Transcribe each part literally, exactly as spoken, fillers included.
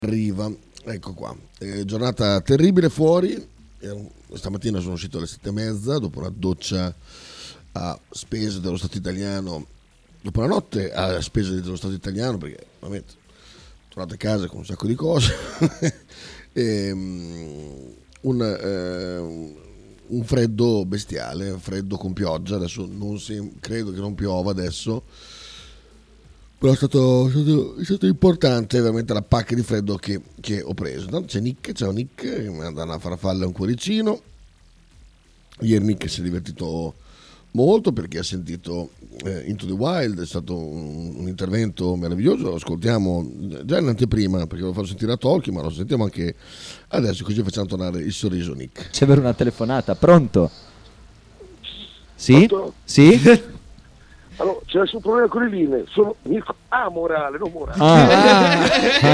Arriva, ecco qua. Eh, giornata terribile fuori. Eh, stamattina sono uscito alle sette e mezza dopo una doccia a spese dello Stato italiano. Dopo la notte a spese dello Stato italiano, perché veramente tornato a casa con un sacco di cose. e, um, un, eh, un freddo bestiale, freddo con pioggia. Adesso non si, credo che non piova adesso. Però è stato, è, stato, è stato importante veramente la pacca di freddo che, che ho preso. Intanto c'è Nick, ciao Nick, che mi manda una farfalla e un cuoricino. Ieri Nick si è divertito molto perché ha sentito eh, Into the Wild, è stato un, un intervento meraviglioso. Lo ascoltiamo già in anteprima perché lo farò sentire a Tolkien, ma lo sentiamo anche adesso, così facciamo tornare il sorriso Nick. C'è per una telefonata, pronto? Sì? Pronto? Sì? Allora, c'è un problema con le linee, sono Mirko ah, Morale, non Morale. Ah.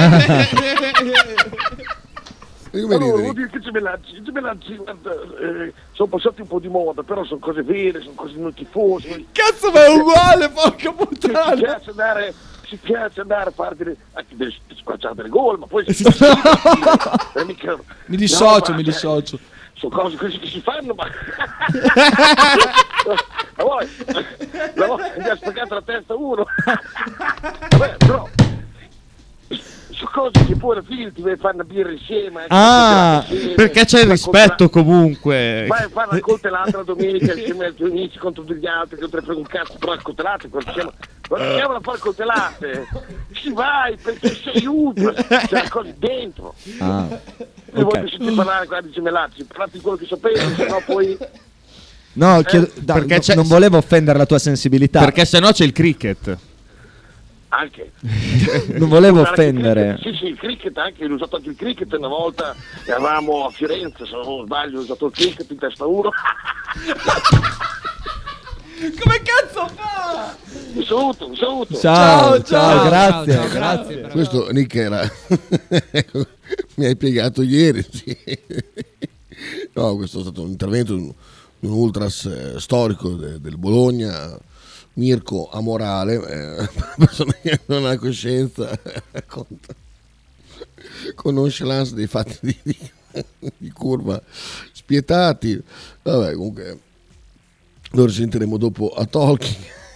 Allora, vuol dire che i gemellaggi, i gemellaggi guarda, eh, sono passati un po' di moda, però sono cose vere, sono cose non tifose. Cazzo, ma è uguale, porca puttana! Ci piace andare, ci piace andare a fare delle, anche delle squarciate delle gol, ma poi si mica, Mi dissocio, no, mi ma, dissocio. Sono cose così che si fanno, ma la vuoi? La vuoi? Mi ha spaccato la testa uno. Vabbè, però su cose che poi alla fine ti vai a fare una birra insieme. Ah, insieme, perché c'è il rispetto comunque. Vai a fare una coltellata la domenica insieme ai tuoi amici contro gli altri, che non te ne frega un cazzo, però le coltellate, quando siamo, quando siamo a fare coltellate, ci vai perché sei utile, c'è le cose dentro. Ah, E ok. voglio sentire parlare qua di gemellacci, parlate di quello che sapevi, sennò poi... No, chiedo- Eh, da- perché no- c'è- non volevo offendere la tua sensibilità. Perché sennò c'è il cricket. Anche. Non volevo Guarda, anche il offendere. cricket, sì, sì, il cricket anche, ho usato anche il cricket una volta, eravamo a Firenze, se non sbaglio, ho usato il cricket in testa uno. Come cazzo fa? Mi saluto, mi saluto. Ciao, ciao, ciao, grazie, ciao, grazie. grazie, bravo. Questo Nick era ecco, mi hai piegato ieri, sì. No, questo è stato un intervento di un, di un ultras eh, storico de- del Bologna, Mirko Amorale, eh, una persona che non ha coscienza, racconta con nonchalance dei fatti di, di, di curva spietati. Vabbè, comunque lo risentiremo dopo a Tolkien.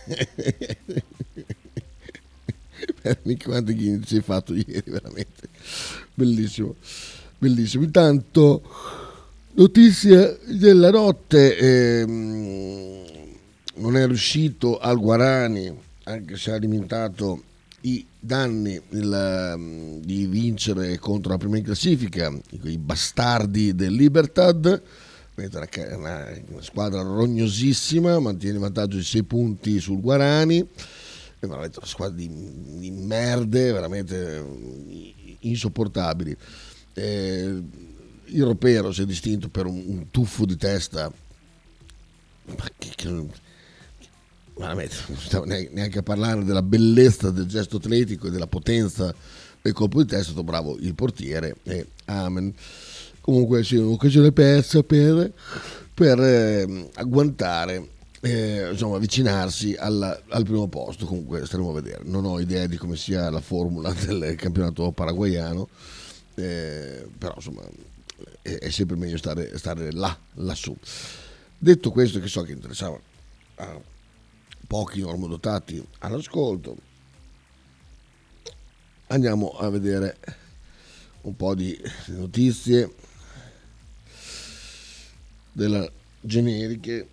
Per mica quanti ghigniti ci hai fatto ieri, veramente bellissimo, bellissimo. Intanto notizia della notte, ehm, non è riuscito al Guarani, anche se ha alimentato i danni il, di vincere contro la prima in classifica, quei bastardi del Libertad. Una, una, una squadra rognosissima, mantiene il vantaggio di sei punti sul Guarani, è veramente una squadra di, di merde, veramente insopportabili. Eh, il Ropero si è distinto per un, un tuffo di testa, ma che, che, veramente non stavo neanche a parlare della bellezza del gesto atletico e della potenza del colpo di testa. È stato bravo il portiere e amen. Comunque sì, un'occasione persa per, per eh, agguantare, eh, insomma avvicinarsi alla, al primo posto. Comunque staremo a vedere, non ho idea di come sia la formula del campionato paraguaiano, eh, però insomma è, è sempre meglio stare, stare là, lassù. Detto questo, che so che interessava a pochi normodotati all'ascolto, andiamo a vedere un po' di notizie della generiche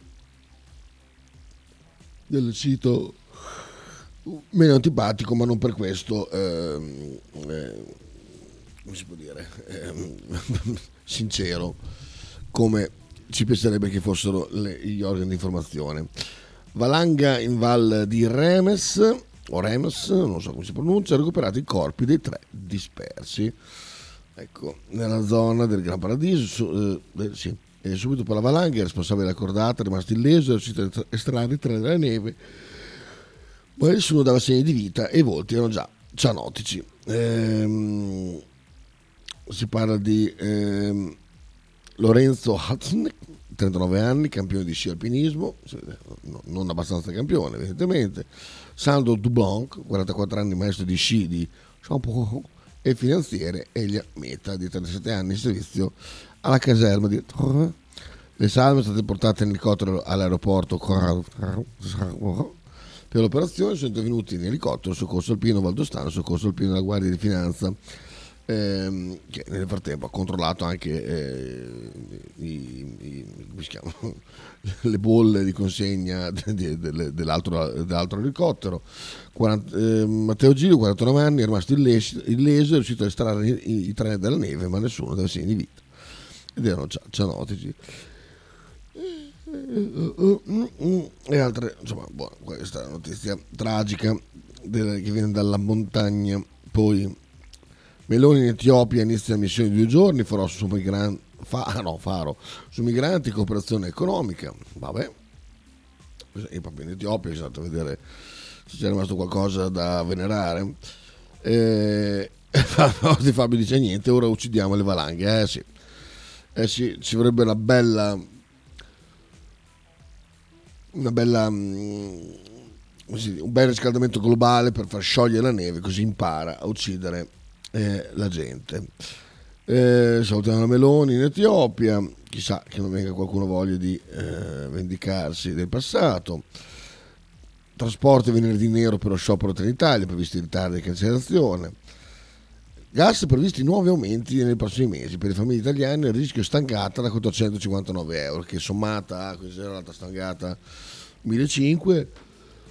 del sito meno antipatico, ma non per questo ehm, eh, come si può dire ehm, sincero, come ci piacerebbe che fossero le, gli organi di informazione. Valanga in Val di Remes o Remes, non so come si pronuncia, ha recuperato i corpi dei tre dispersi, ecco, nella zona del Gran Paradiso. Su, eh, sì. E subito per la valanga il responsabile della cordata è rimasto illeso, è riuscito a estrarre i tre dalla neve, ma nessuno dava segni di vita e i volti erano già cianotici. Ehm, si parla di ehm, Lorenzo Hudson, trentanove anni, campione di sci alpinismo, non abbastanza campione evidentemente. Sandro Dublanc, quarantaquattro anni, maestro di sci di Champollion, e finanziere Elia Meta, di trentasette anni di servizio alla caserma di Torre. Le salme sono state portate in elicottero all'aeroporto per l'operazione. Sono intervenuti in elicottero soccorso alpino Valdostano, soccorso alpino della Guardia di Finanza, ehm, che nel frattempo ha controllato anche eh, i, i, come si chiamano? le bolle di consegna de, de, de, dell'altro, dell'altro elicottero. quaranta, eh, Matteo Giglio, quarantanove anni, è rimasto illeso, illeso è riuscito a estrarre i, i treni dalla neve, ma nessuno dava segni di vita, ed erano cianotici e altre, insomma, buona, questa è una notizia tragica del, che viene dalla montagna. Poi Meloni in Etiopia inizia la missione di due giorni, farò su migranti, fa, no, farò su migranti, cooperazione economica. Vabbè, e proprio in Etiopia sono andato a vedere se c'è rimasto qualcosa da venerare. E Fabio dice niente, ora uccidiamo le valanghe. Eh sì, eh sì, ci vorrebbe una bella una bella un bel riscaldamento globale per far sciogliere la neve, così impara a uccidere eh, la gente. Eh, salutiamo la Meloni in Etiopia, chissà che non venga qualcuno voglia di eh, vendicarsi del passato. Trasporti venerdì nero per lo sciopero Trenitalia, previsti ritardi e cancellazione. Gas previsti nuovi aumenti nei prossimi mesi per le famiglie italiane, il rischio stangata da quattrocentocinquantanove euro, che sommata a questa era l'altra stangata millecinquecento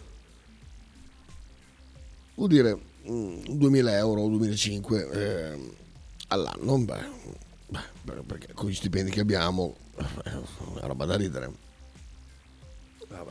vuol dire duemila euro o duemilacinquecento eh, all'anno. Beh, beh, perché con gli stipendi che abbiamo è una roba da ridere. Vabbè.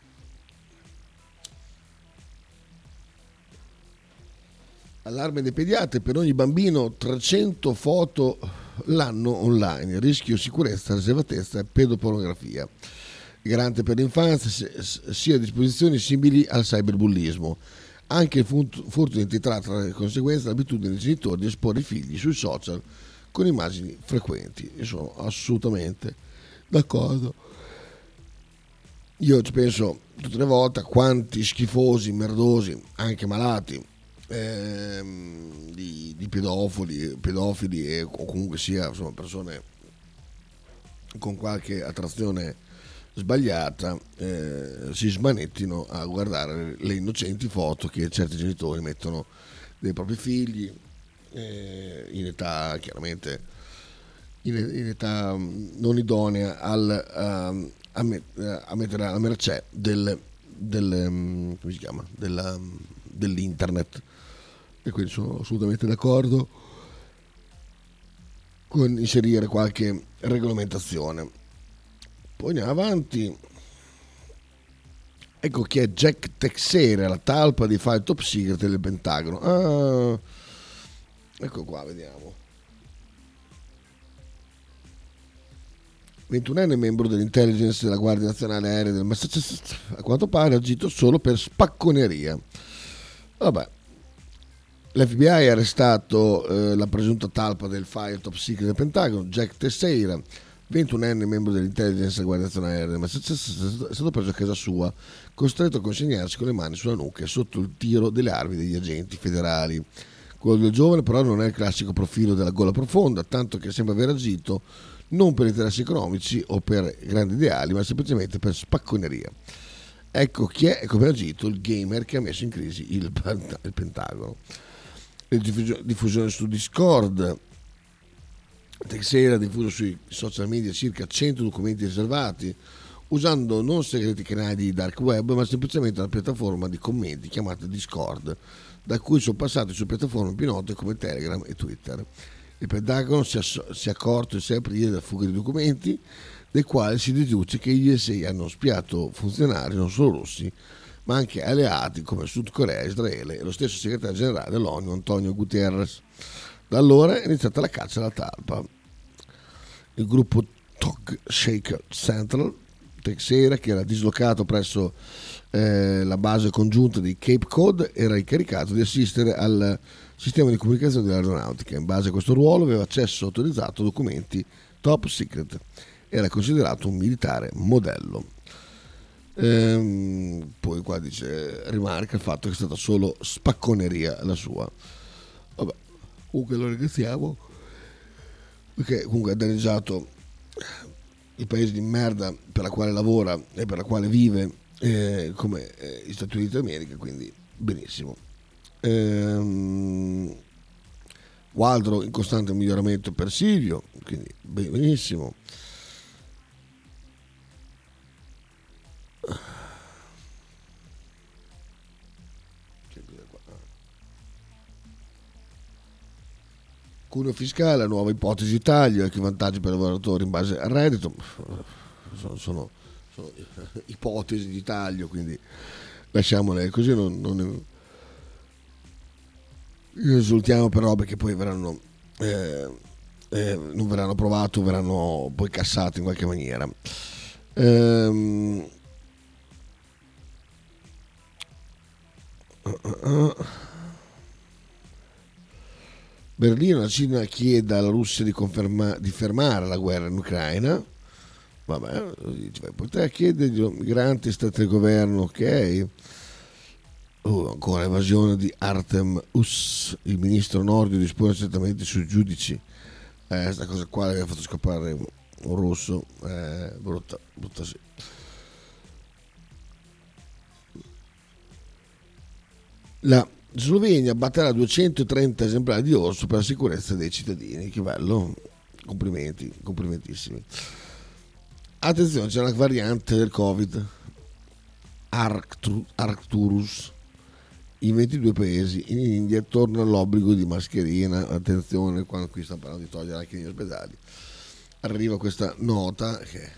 Allarme dei pediatri, per ogni bambino trecento foto l'anno online, rischio sicurezza, riservatezza e pedopornografia. Garante per l'infanzia sia a disposizioni simili al cyberbullismo. Anche il furto di identità tra le conseguenze dell'abitudine dei genitori di esporre i figli sui social con immagini frequenti. Io sono assolutamente d'accordo. Io ci penso tutte le volte a quanti schifosi, merdosi, anche malati, Ehm, di, di pedofili, pedofili e o comunque sia insomma, persone con qualche attrazione sbagliata eh, si smanettino a guardare le innocenti foto che certi genitori mettono dei propri figli eh, in età chiaramente in, in età non idonea al, a, a, met, a mettere alla mercé del, del, come si chiama? Della, dell'internet. E quindi sono assolutamente d'accordo con inserire qualche regolamentazione. Poi andiamo avanti. Ecco chi è Jack Teixeira, la talpa di file top secret del Pentagono. Ah, ecco qua, vediamo. ventunenne membro dell'intelligence della Guardia Nazionale Aerea del Massachusetts, a quanto pare ha agito solo per spacconeria. Vabbè. L'F B I ha arrestato eh, la presunta talpa del file top secret del Pentagono, Jack Teixeira, ventunenne membro dell'intelligence della Guardia Nazionale Aerea del Massachusetts, è stato preso a casa sua, costretto a consegnarsi con le mani sulla nuca e sotto il tiro delle armi degli agenti federali. Quello del giovane però non è il classico profilo della gola profonda, tanto che sembra aver agito non per interessi economici o per grandi ideali, ma semplicemente per spacconeria. Ecco chi è e come ha agito il gamer che ha messo in crisi il, il Pentagono. Diffusione su Discord. Teixeira ha diffuso sui social media circa cento documenti riservati usando non segreti canali di dark web ma semplicemente una piattaforma di commenti chiamata Discord, da cui sono passati su piattaforme più note come Telegram e Twitter. Il Pentagono si, ass- si è accorto il sei aprile della fuga di documenti, dai quali si deduce che gli U S A hanno spiato funzionari non solo russi ma anche alleati come Sud Corea, Israele e lo stesso segretario generale dell'ONU Antonio Guterres. Da allora è iniziata la caccia alla talpa. Il gruppo Tog Shaker Central, Teixeira, che era dislocato presso eh, la base congiunta di Cape Cod, era incaricato di assistere al sistema di comunicazione dell'aeronautica. In base a questo ruolo aveva accesso autorizzato a documenti top secret. Era considerato un militare modello. Ehm, poi qua dice, rimarca il fatto che è stata solo spacconeria la sua. Vabbè, Comunque lo ringraziamo perché comunque ha danneggiato il paese di merda per la quale lavora e per la quale vive, eh, come eh, gli Stati Uniti d'America, quindi benissimo. Ehm, Waldro in costante miglioramento per Silvio, quindi benissimo. Cuneo fiscale, nuova ipotesi taglio, che vantaggi per i lavoratori in base al reddito. Sono, sono, sono ipotesi di taglio, quindi lasciamole così, non, non esultiamo per robe che poi verranno eh, eh, non verranno approvate o verranno poi cassate in qualche maniera. Ehm, uh, uh, uh. Berlino, la Cina chiede alla Russia di, conferma, di fermare la guerra in Ucraina. Vabbè, poi te chiede ai migranti, state al governo, ok. Oh, ancora evasione di Artem Us, il ministro Nordio dispone certamente sui giudici. Eh, questa cosa qua che ha fatto scappare un russo, eh, brutta, brutta sì. La Slovenia batterà duecentotrenta esemplari di orso per la sicurezza dei cittadini. Che bello, complimenti, complimentissimi. Attenzione, c'è una variante del Covid, Arctu- Arcturus. In ventidue paesi, in India torna l'obbligo di mascherina. Attenzione, quando qui sta parlando di togliere anche negli ospedali, arriva questa nota che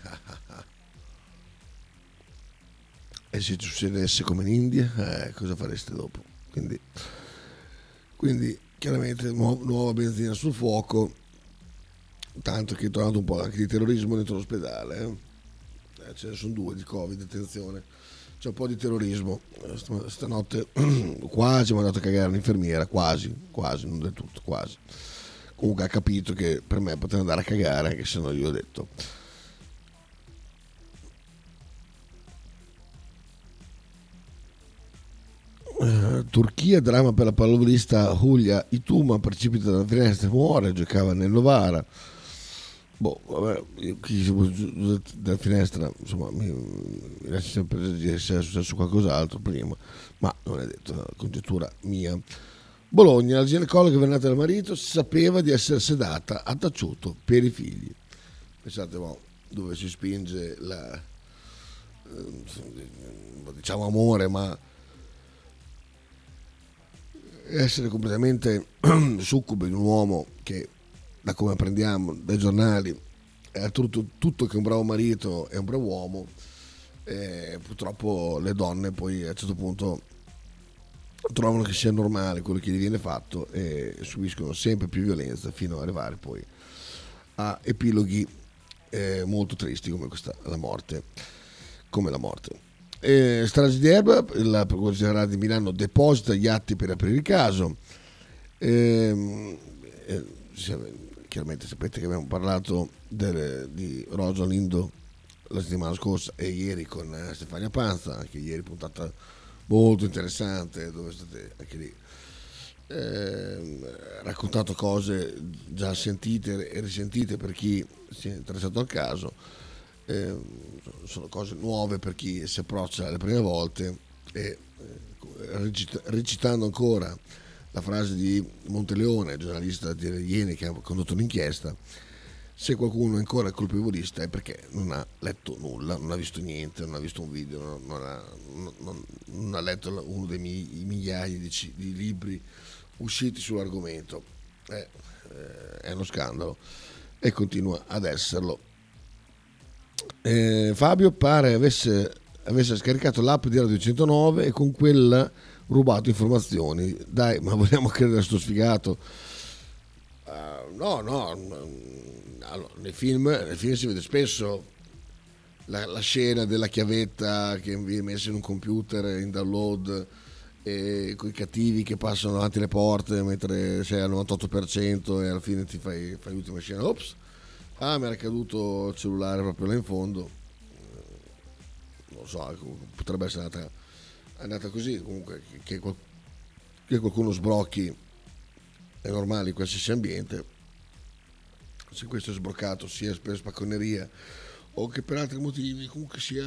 e se succedesse come in India, eh, cosa fareste dopo? Quindi, quindi chiaramente nu- nuova benzina sul fuoco, tanto che è tornato un po' anche di terrorismo dentro l'ospedale, eh? Eh, ce ne sono due di Covid, attenzione, c'è un po' di terrorismo. St- stanotte quasi mi ha dato a cagare l'infermiera, quasi, quasi, non del tutto, quasi. Comunque ha capito che per me poteva andare a cagare, anche se non gli ho detto. Uh, Turchia, dramma per la pallavolista Hulya Ituma, precipita dalla finestra, muore, giocava nel Novara. Boh, vabbè, io chi dalla finestra, insomma, mi, mi lascia sempre dire se è successo qualcos'altro prima, ma non è detto, è una congettura mia. Bologna, la ginecologa vernata dal marito sapeva di essere sedata a taciuto per i figli. Pensate, boh, dove si spinge la, diciamo, amore, ma essere completamente succube di un uomo che, da come apprendiamo dai giornali, è tutto, tutto che un bravo marito è un bravo uomo, e purtroppo le donne poi a un certo punto trovano che sia normale quello che gli viene fatto e subiscono sempre più violenza fino ad arrivare poi a epiloghi eh, molto tristi come questa, la morte, come la morte. Eh, strage di Erba, la Procura Generale di Milano deposita gli atti per aprire il caso. Eh, eh, chiaramente sapete che abbiamo parlato del, di Rosalindo la settimana scorsa e ieri con eh, Stefania Panza, anche ieri puntata molto interessante dove state anche lì eh, raccontato cose già sentite e risentite per chi si è interessato al caso. Eh, sono cose nuove per chi si approccia le prime volte e eh, recitando ancora la frase di Monteleone, giornalista di Iene che ha condotto l'inchiesta: se qualcuno è ancora colpevolista è perché non ha letto nulla, non ha visto niente, non ha visto un video, non ha, non, non ha letto uno dei mi, migliaia di, di libri usciti sull'argomento. Eh, eh, è uno scandalo e continua ad esserlo. Eh, Fabio pare avesse, avesse scaricato l'app di Radio centonove e con quella rubato informazioni. Dai, ma vogliamo credere a sto sfigato? Uh, no, no, allora, nei film, nei film si vede spesso la, la scena della chiavetta che viene messa in un computer in download e con i cattivi che passano davanti alle porte mentre sei al novantotto per cento e alla fine ti fai, fai l'ultima scena. Ops, ah, mi era caduto il cellulare proprio là in fondo. Non so, potrebbe essere andata, andata così. Comunque che, che qualcuno sbrocchi è normale in qualsiasi ambiente, se questo è sbroccato sia per spacconeria o che per altri motivi, comunque sia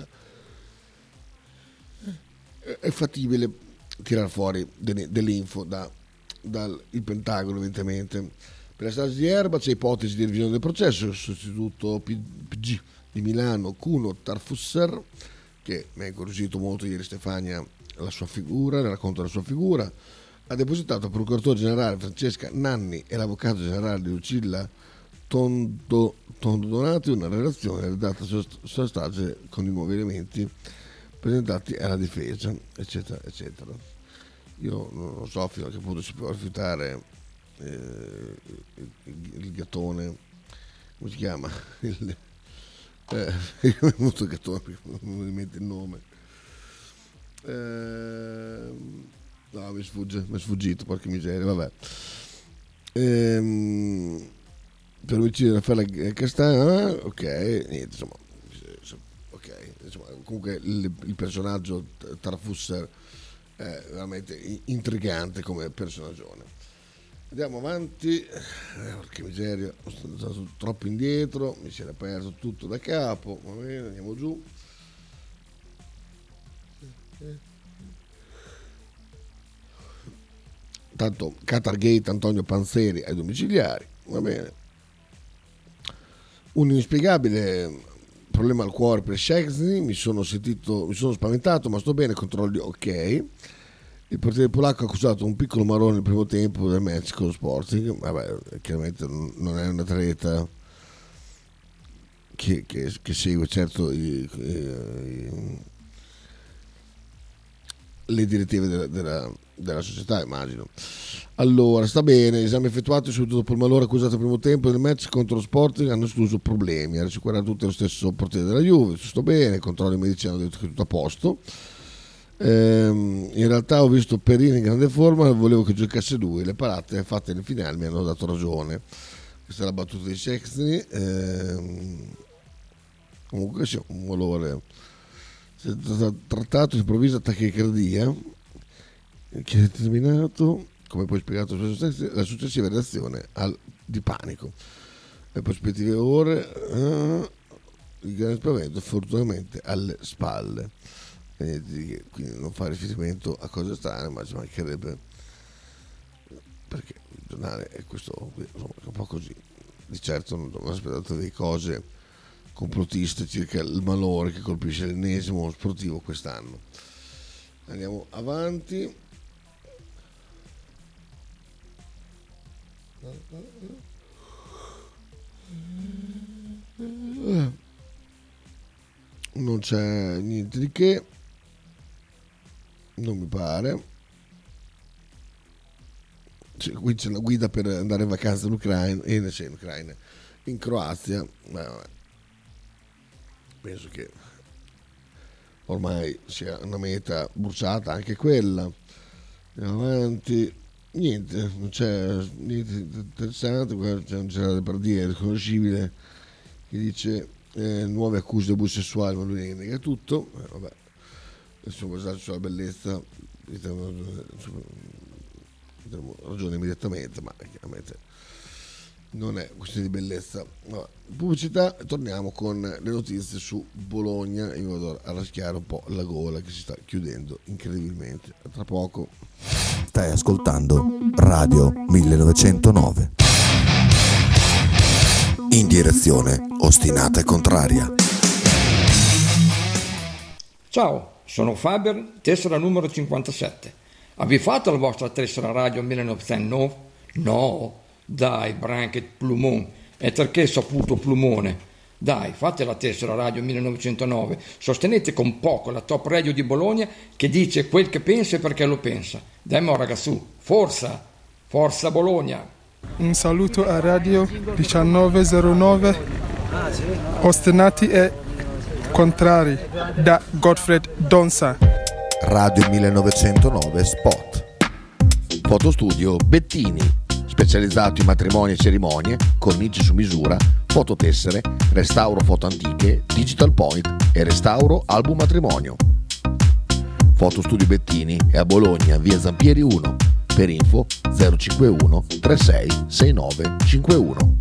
è fattibile tirar fuori delle, delle info da, dal il Pentagono evidentemente. Per la strage di Erba c'è ipotesi di revisione del processo, il sostituto P G di Milano Cuno Tarfusser, che mi ha incuriosito molto ieri Stefania, la sua figura, il racconto della sua figura, ha depositato al procuratore generale Francesca Nanni e l'avvocato generale di Lucilla Tondo, Tondo Donati una relazione redatta sulla strage con i nuovi elementi presentati alla difesa, eccetera, eccetera. Io non so fino a che punto si può rifiutare eh, il gattone, come si chiama? Il, eh, è venuto il gattone, non mi mente il nome. Eh, no, mi sfugge, mi è sfuggito, porca miseria, vabbè. Ehm, per omicidio di Raffaele Castagna, ok, niente, insomma, ok, insomma, comunque il, il personaggio Tarfusser è veramente intrigante come personaggione. Andiamo avanti, eh, porca miseria, sono stato troppo indietro, mi si era perso tutto da capo, va bene, andiamo giù. Tanto Qatargate, Antonio Panzeri ai domiciliari, va bene. Un inspiegabile problema al cuore per Szczęsny, mi sono sentito, mi sono spaventato, ma sto bene, controlli ok. Il portiere polacco ha accusato un piccolo marrone nel primo tempo del match con lo Sporting, vabbè, chiaramente non è un atleta che, che, che segue certo i, i, le direttive della, della, della società, immagino. Allora, sta bene, esame effettuato subito dopo il malore accusato al primo tempo del match contro lo Sporting, hanno escluso problemi, ha rassicurato tutti lo stesso portiere della Juve, sto bene, controlli medici hanno detto che è tutto a posto. Ehm, in realtà ho visto Perini in grande forma, volevo che giocasse lui, le parate fatte nel finale mi hanno dato ragione. Questa è la battuta di Szczęsny. Ehm, comunque sì, un malore, si è trattato di improvvisa tachicardia che ha determinato, come poi spiegato la successiva reazione al, di panico. Le prospettive ore, eh, il grande spavento fortunatamente alle spalle. Quindi non fa riferimento a cose strane, ma ci mancherebbe, perché il giornale è questo, insomma, è un po' così. Di certo non ho aspettato delle cose complottiste circa il malore che colpisce l'ennesimo sportivo quest'anno. Andiamo avanti. Non c'è niente di che, non mi pare. Cioè, qui c'è una guida per andare in vacanza in Ucraina, in, cioè in, Ucraina, in Croazia. Ma vabbè, penso che ormai sia una meta bruciata anche quella. Andiamo avanti. Niente, non c'è niente di interessante. Qua c'è un Gerardo Bardier riconoscibile che dice eh, nuove accuse di abusi sessuali, ma lui nega tutto. Eh, vabbè, adesso basato sulla bellezza avremo ragione immediatamente, ma chiaramente non è questione di bellezza. Vabbè, pubblicità, torniamo con le notizie su Bologna. Io vado a raschiare un po' la gola che si sta chiudendo incredibilmente. A tra poco. Stai ascoltando Radio millenovecentonove. In direzione ostinata e contraria. Ciao, sono Faber, tessera numero cinquantasette. Avete fatto la vostra tessera Radio millenovecentonove? No, dai, Branket Plumon, è perché saputo Plumone. Dai, fate la tessera Radio millenovecentonove, sostenete con poco la top radio di Bologna che dice quel che pensa e perché lo pensa. Dai mo ragazzu, forza, forza Bologna. Un saluto a Radio millenovecentodiciannove, ostinati e contrari, da Gottfried Donza. Radio millenovecentonove Spot. Fotostudio Bettini, specializzato in matrimoni e cerimonie, cornici su misura, fototessere, restauro foto antiche, digital point e restauro album matrimonio. Fotostudio Bettini è a Bologna, via Zampieri uno, Per info zero cinquantuno trentasei sessantanove cinquantuno.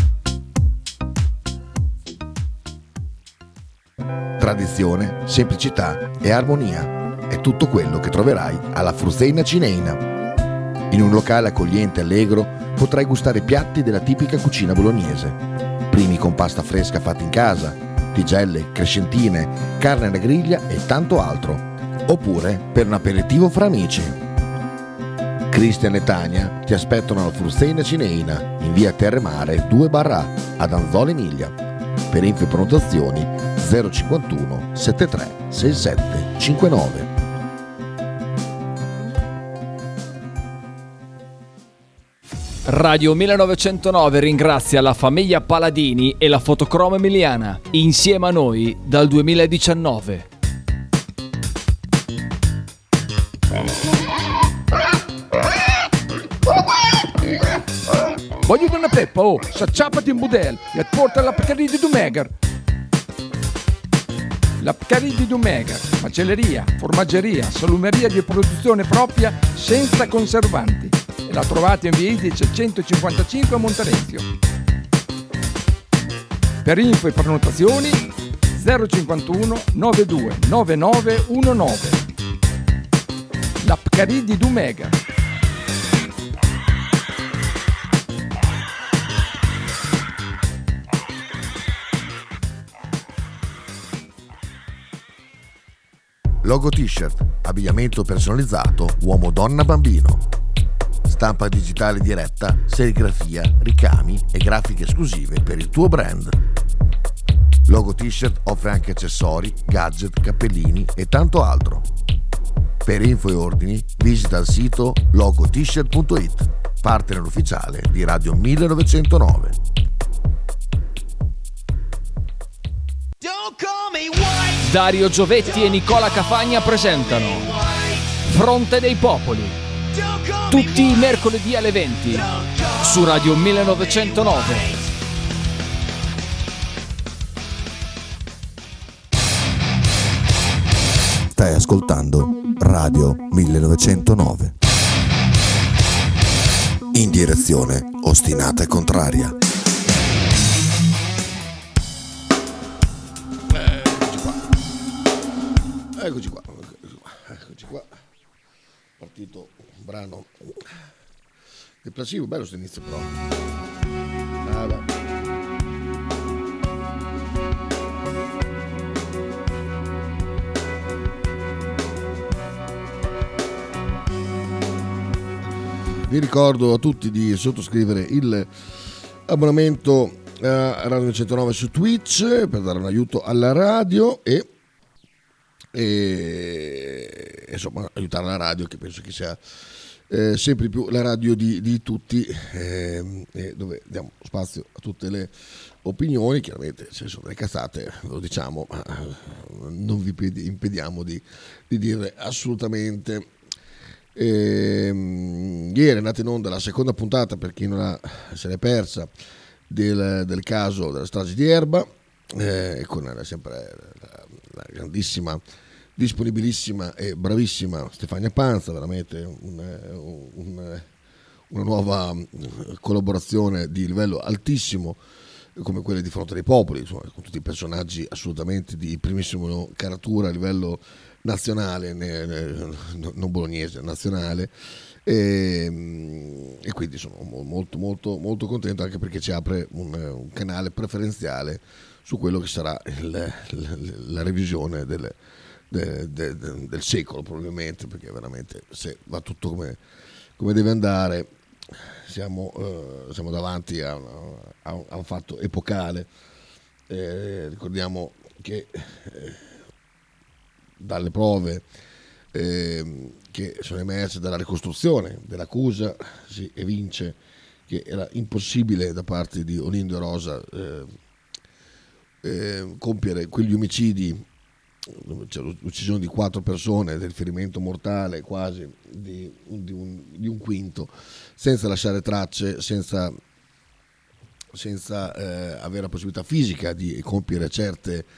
Tradizione, semplicità e armonia è tutto quello che troverai alla Fruzeina Cineina. In un locale accogliente e allegro potrai gustare piatti della tipica cucina bolognese. Primi con pasta fresca fatta in casa, tigelle, crescentine, carne alla griglia e tanto altro. Oppure per un aperitivo fra amici. Cristian e Tania ti aspettano alla Fruzeina Cineina in via Terremare due barra A ad Anzola Emilia. Per info e prenotazioni zero cinquantuno settantatré sessantasette cinquantanove. Radio millenovecentonove ringrazia la famiglia Paladini e la Fotocromo Emiliana, insieme a noi dal duemiladiciannove. Voglio una peppa, oh, s'acciappati in budel e porta la Pcaridi di Dumegar. La Pcaridi di Dumegar, macelleria, formaggeria, salumeria di produzione propria senza conservanti. E la trovate in via Idice centocinquantacinque a Monterezio. Per info e prenotazioni zero cinquantuno novantadue novantanove diciannove. La Pcaridi di Dumegar. Logo t-shirt, abbigliamento personalizzato uomo, donna, bambino. Stampa digitale diretta, serigrafia, ricami e grafiche esclusive per il tuo brand. Logo t-shirt offre anche accessori, gadget, cappellini e tanto altro. Per info e ordini visita il sito logo t shirt punto it, partner ufficiale di Radio millenovecentonove. Dario Giovetti e Nicola Cafagna presentano Fronte dei Popoli, tutti i mercoledì alle venti su Radio millenovecentonove. Stai ascoltando Radio millenovecentonove. In direzione ostinata e contraria. Eccoci qua, eccoci qua, eccoci qua. Partito un brano depressivo, bello sto inizio però. Ah, beh. Vi ricordo a tutti di sottoscrivere il abbonamento a Radio centonove su Twitch per dare un aiuto alla radio e e insomma aiutare la radio, che penso che sia eh, sempre più la radio di, di tutti, eh, e dove diamo spazio a tutte le opinioni. Chiaramente se sono delle cazzate lo diciamo, ma non vi impediamo di, di dire assolutamente. Eh, ieri è andata in onda la seconda puntata, per chi non la, se l'è persa, del, del caso della strage di Erba, eh, con sempre la, la grandissima, disponibilissima e bravissima Stefania Panza, veramente un, un, una nuova collaborazione di livello altissimo come quelle di Fronte dei Popoli, insomma, con tutti i personaggi assolutamente di primissima caratura a livello nazionale, ne, ne, non bolognese, nazionale, e, e quindi sono molto molto molto contento, anche perché ci apre un, un canale preferenziale su quello che sarà il, la, la revisione del, de, de, de, del secolo, probabilmente, perché veramente se va tutto come, come deve andare siamo, eh, siamo davanti a, una, a, un, a un fatto epocale. Eh, ricordiamo che eh, dalle prove eh, che sono emerse dalla ricostruzione dell'accusa si evince che era impossibile da parte di Olindo e Rosa eh, eh, compiere quegli omicidi, cioè l'uccisione di quattro persone, del ferimento mortale quasi di, di, un, di un quinto, senza lasciare tracce, senza, senza eh, avere la possibilità fisica di compiere certe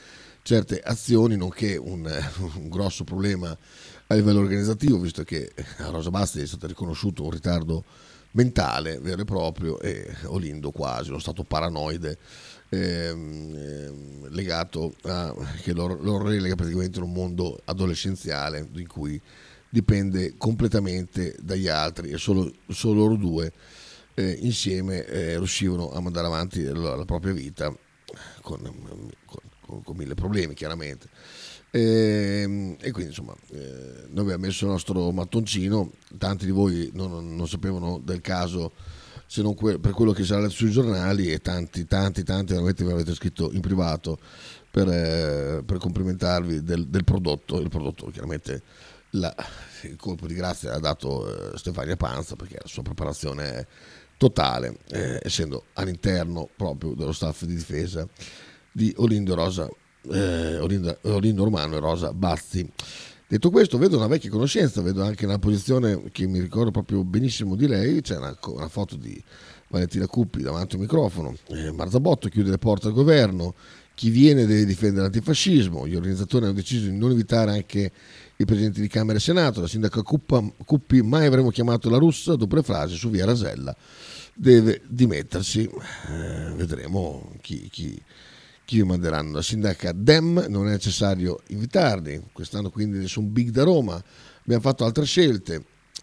certe azioni, nonché un, un grosso problema a livello organizzativo, visto che a Rosa Basti è stato riconosciuto un ritardo mentale vero e proprio, e Olindo quasi, uno stato paranoide ehm, ehm, legato a che lo, lo relega praticamente in un mondo adolescenziale in cui dipende completamente dagli altri e solo, solo loro due eh, insieme eh, riuscivano a mandare avanti la, la propria vita con, con, con mille problemi chiaramente. E, e quindi insomma eh, noi abbiamo messo il nostro mattoncino, tanti di voi non, non sapevano del caso se non que- per quello che sarà letto sui giornali, e tanti tanti tanti veramente mi avete scritto in privato per, eh, per complimentarvi del, del prodotto. Il prodotto chiaramente la, il colpo di grazia ha dato eh, Stefania Panza, perché la sua preparazione è totale, eh, essendo all'interno proprio dello staff di difesa di Olindo Rosa Eh, Olindo, Olindo Romano e Rosa Bazzi. Detto questo, vedo una vecchia conoscenza, vedo anche una posizione che mi ricordo proprio benissimo di lei. C'è una, una foto di Valentina Cuppi davanti al microfono. eh, Marzabotto chiude le porte al governo, chi viene deve difendere l'antifascismo. Gli organizzatori hanno deciso di non invitare anche i presidenti di Camera e Senato. La sindaca Cuppa, Cuppi, mai avremmo chiamato la russa, dopo le frasi su via Rasella deve dimettersi. eh, vedremo chi, chi chi vi manderanno. La sindaca Dem, non è necessario invitarli quest'anno, quindi sono big da Roma. Abbiamo fatto altre scelte.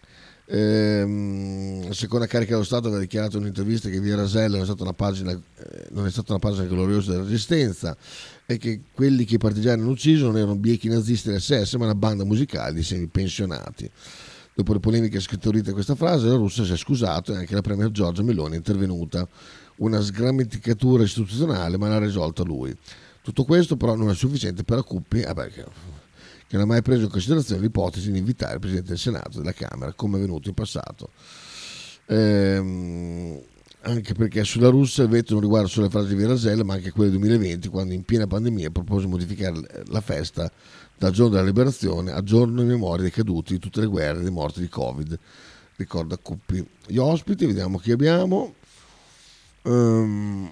Ehm, la seconda carica dello Stato aveva dichiarato in un'intervista che via Rasella non è stata una pagina eh, non è stata una pagina gloriosa della resistenza, e che quelli che i partigiani hanno ucciso non erano biechi nazisti dell'esse esse ma una banda musicale di semipensionati. Dopo le polemiche scritturite a questa frase, la russa si è scusato e anche la premier Giorgia Meloni è intervenuta. Una sgrammaticatura istituzionale, ma l'ha risolta lui. Tutto questo però non è sufficiente per la Cuppi, eh beh, che, che non ha mai preso in considerazione l'ipotesi di invitare il Presidente del Senato e della Camera, come è avvenuto in passato. Ehm, anche perché sulla russa il veto non riguarda solo le frasi di via Rasella, ma anche quelle del duemilaventi, quando in piena pandemia propose di modificare la festa dal giorno della liberazione a giorno in memoria dei caduti di tutte le guerre e dei morti di Covid, ricorda Cuppi. Gli ospiti, vediamo chi abbiamo. Um,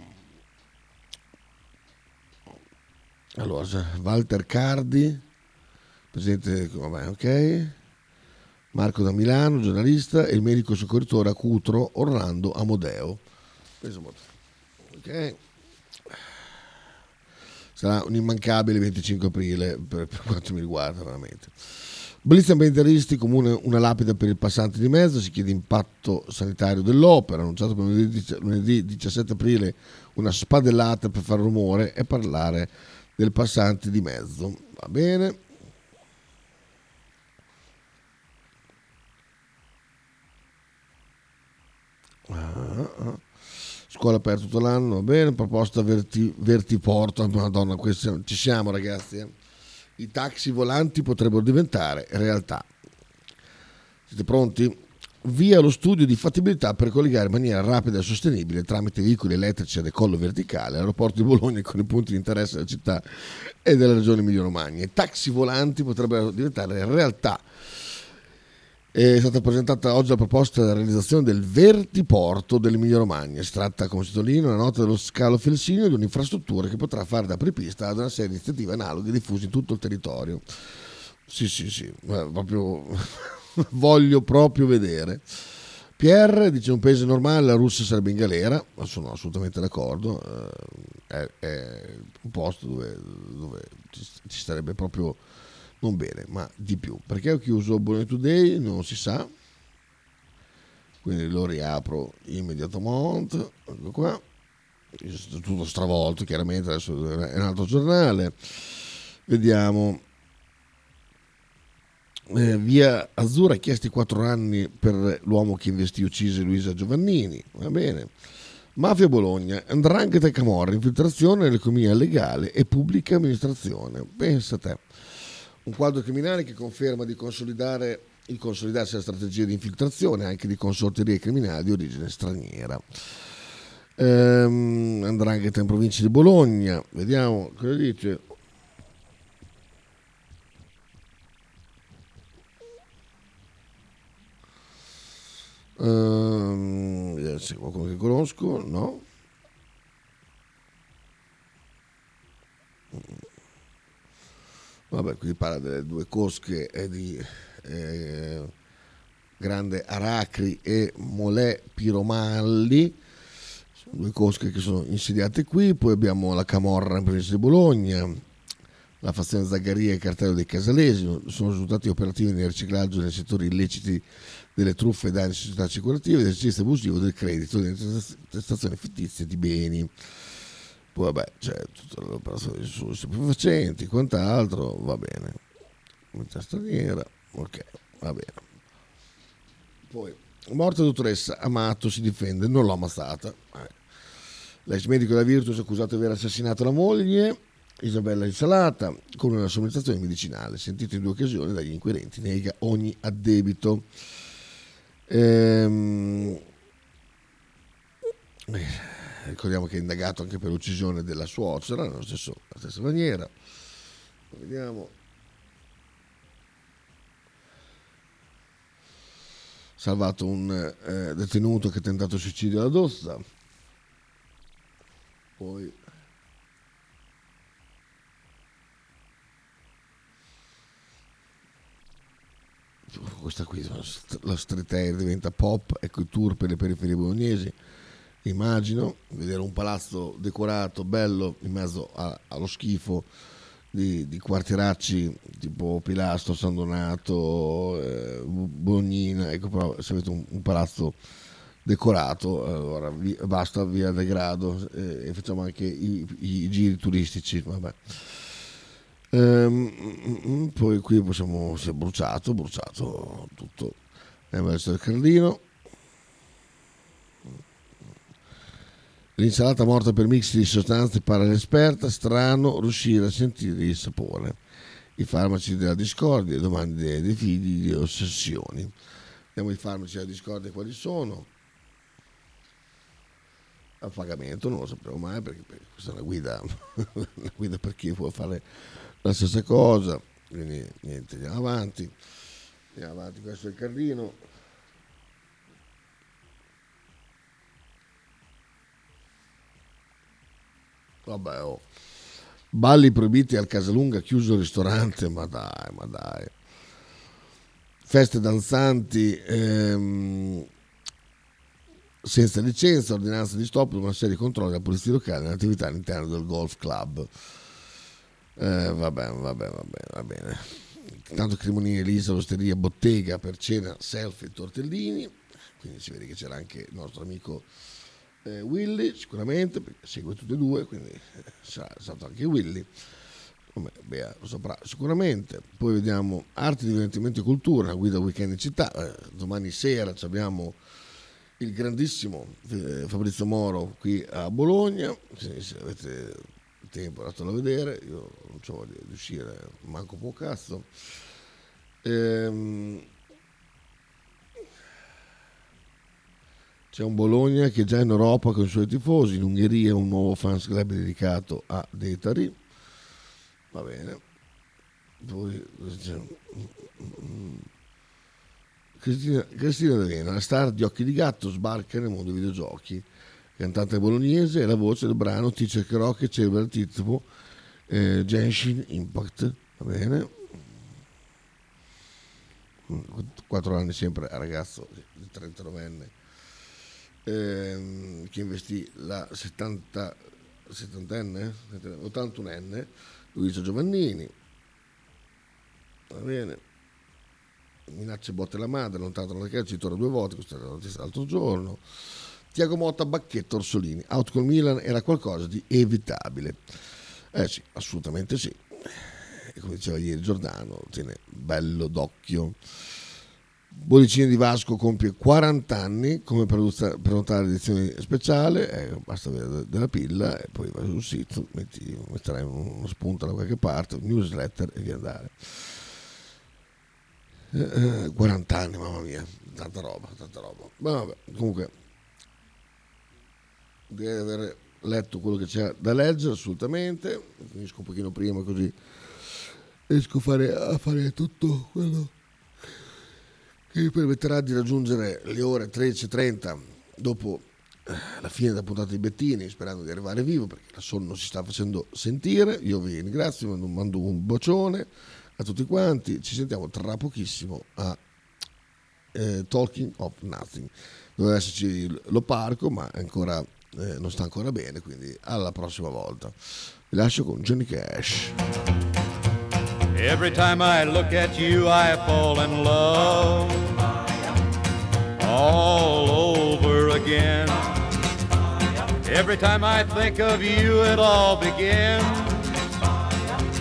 allora, Walter Cardi, presidente, vabbè, ok, Marco da Milano, giornalista, e il medico soccorritore a Cutro Orlando Amodeo. Ok, sarà un immancabile venticinque aprile per, per quanto mi riguarda veramente. Blitz ambientalisti, comune una lapide per il passante di mezzo, si chiede impatto sanitario dell'opera, annunciato per lunedì diciassette aprile una spadellata per fare rumore e parlare del passante di mezzo. Va bene. Ah, ah. Scuola aperta tutto l'anno, va bene. Proposta verti, vertiporto, madonna, questi, ci siamo ragazzi, eh. I taxi volanti potrebbero diventare realtà. Siete pronti? Via lo studio di fattibilità per collegare in maniera rapida e sostenibile tramite veicoli elettrici a decollo verticale l'aeroporto di Bologna con i punti di interesse della città e della regione Emilia-Romagna. I taxi volanti potrebbero diventare realtà. È stata presentata oggi la proposta della realizzazione del vertiporto dell'Emilia-Romagna. Si tratta, come sottolinea una nota dello scalo Felsinio, di un'infrastruttura che potrà fare da apripista ad una serie di iniziative analoghe diffuse in tutto il territorio. Sì, sì, sì, proprio voglio proprio vedere. Pierre dice: un paese normale la Russia sarebbe in galera, ma sono assolutamente d'accordo. È, è un posto dove, dove ci, ci starebbe proprio non bene, ma di più. Perché ho chiuso Bologna Today non si sa, quindi lo riapro immediatamente. Ecco qua, tutto stravolto chiaramente, adesso è un altro giornale. Vediamo. Eh, via Azzurra ha chiesto quattro anni per l'uomo che investì e uccise Luisa Giovannini. Va bene. Mafia Bologna, 'ndrangheta e camorra, infiltrazione nell'economia legale e pubblica amministrazione. Pensa a te. Un quadro criminale che conferma di consolidare il consolidarsi della strategia di infiltrazione anche di consorterie criminali di origine straniera. Ehm, 'ndrangheta in provincia di Bologna, vediamo cosa dice. Ehm, c'è qualcuno che conosco? No? Vabbè, qui parla delle due cosche eh, di eh, Grande Aracri e Molè Piromalli, sono due cosche che sono insediate qui. Poi abbiamo la Camorra in provincia di Bologna, la fazione Zaggaria e il cartello dei Casalesi sono risultati operativi nel riciclaggio nei settori illeciti delle truffe e danni società assicurative, dell'esercizio abusivo del credito, delle intestazioni fittizie di beni. Poi vabbè, c'è tutta l'operazione su stupefacenti, quant'altro, va bene. Comunità straniera, ok, va bene. Poi, morta dottoressa Amato si difende, non l'ho ammazzata. Eh. L'ex medico della Virtus è accusato di aver assassinato la moglie, Isabella Insalata, con una somministrazione medicinale, sentito in due occasioni dagli inquirenti, nega ogni addebito. Ehm... Ricordiamo che è indagato anche per l'uccisione della suocera, nello stesso, nella stessa maniera. Vediamo. Salvato un eh, detenuto che ha tentato suicidio alla Dozza. Poi questa qui, la street air diventa pop, ecco i tour per le periferie bolognesi. Immagino vedere un palazzo decorato bello in mezzo a, allo schifo di, di quartieracci tipo Pilastro, San Donato, eh, Bolognina. Ecco, però se avete un, un palazzo decorato, allora vi, basta via Degrado eh, e facciamo anche i, i, i giri turistici. Vabbè. Ehm, poi qui possiamo, si è bruciato, bruciato tutto nel verso del Cardino. L'insalata morta per mix di sostanze para l'esperta, strano riuscire a sentire il sapore. I farmaci della discordia, le domande dei figli di ossessioni. Vediamo i farmaci della discordia quali sono. A pagamento non lo sapremo mai perché, perché questa è una guida, una guida per chi può fare la stessa cosa. Quindi niente, andiamo avanti. Andiamo avanti, questo è il Cardino. Vabbè, oh. Balli proibiti al Casalunga, chiuso il ristorante, ma dai, ma dai. Feste danzanti ehm, senza licenza, ordinanza di stop, una serie di controlli della polizia locale nell'attività all'interno del golf club. Eh, vabbè, vabbè, vabbè, va bene. Tanto Cremonini, Elisa, l'osteria, bottega per cena, selfie e tortellini. Quindi si vede che c'era anche il nostro amico Eh, Willy, sicuramente, perché segue tutti e due, quindi sarà stato anche Willy. Come, beh, lo saprà sicuramente. Poi vediamo arte, divertimento e cultura, una guida weekend in città. Eh, domani sera abbiamo il grandissimo eh, Fabrizio Moro qui a Bologna. Se, se avete tempo andatelo a vedere, io non c'ho voglia di uscire, manco po' cazzo. Ehm, C'è un Bologna che è già in Europa con i suoi tifosi, in Ungheria un nuovo fans club dedicato a Detari. Va bene. Poi Cristina, Cristina D'Avena, la star di Occhi di Gatto, sbarca nel mondo dei videogiochi. Cantante bolognese, è la voce del brano Ti cercherò, che celebra il titolo eh, Genshin Impact. Va bene. Quattro anni sempre a ragazzo, trentanovenne. Ehm, che investì la settanta, settantenne, ottantunenne Luisa Giovannini. Va bene. Minacce botte alla madre, lontano dalla casa, ci torna due volte, questa era la notizia l'altro giorno. Tiago Motta, Bacchetto, Orsolini, out col Milan era qualcosa di evitabile. Eh sì, assolutamente sì. E come diceva ieri Giordano, tiene bello d'occhio. Bollicine di Vasco compie quaranta anni, come per prenotare l'edizione speciale, eh, basta avere della pilla e poi vai sul sito, metti, metterai uno spunto da qualche parte, un newsletter e via andare. Eh, eh, quaranta anni, mamma mia, tanta roba, tanta roba. Ma vabbè, comunque, direi di aver letto quello che c'è da leggere, assolutamente. Finisco un pochino prima così riesco a fare, a fare tutto quello che mi permetterà di raggiungere le ore tredici e trenta dopo la fine della puntata di Bettini, sperando di arrivare vivo perché la sonno non si sta facendo sentire. Io vi ringrazio, mando, mando un bacione a tutti quanti, ci sentiamo tra pochissimo a eh, Talking of Nothing. Doveva esserci lo parco, ma ancora eh, non sta ancora bene, quindi alla prossima volta. Vi lascio con Johnny Cash. Every time I look at you I fall in love all over again. Every time I think of you it all begins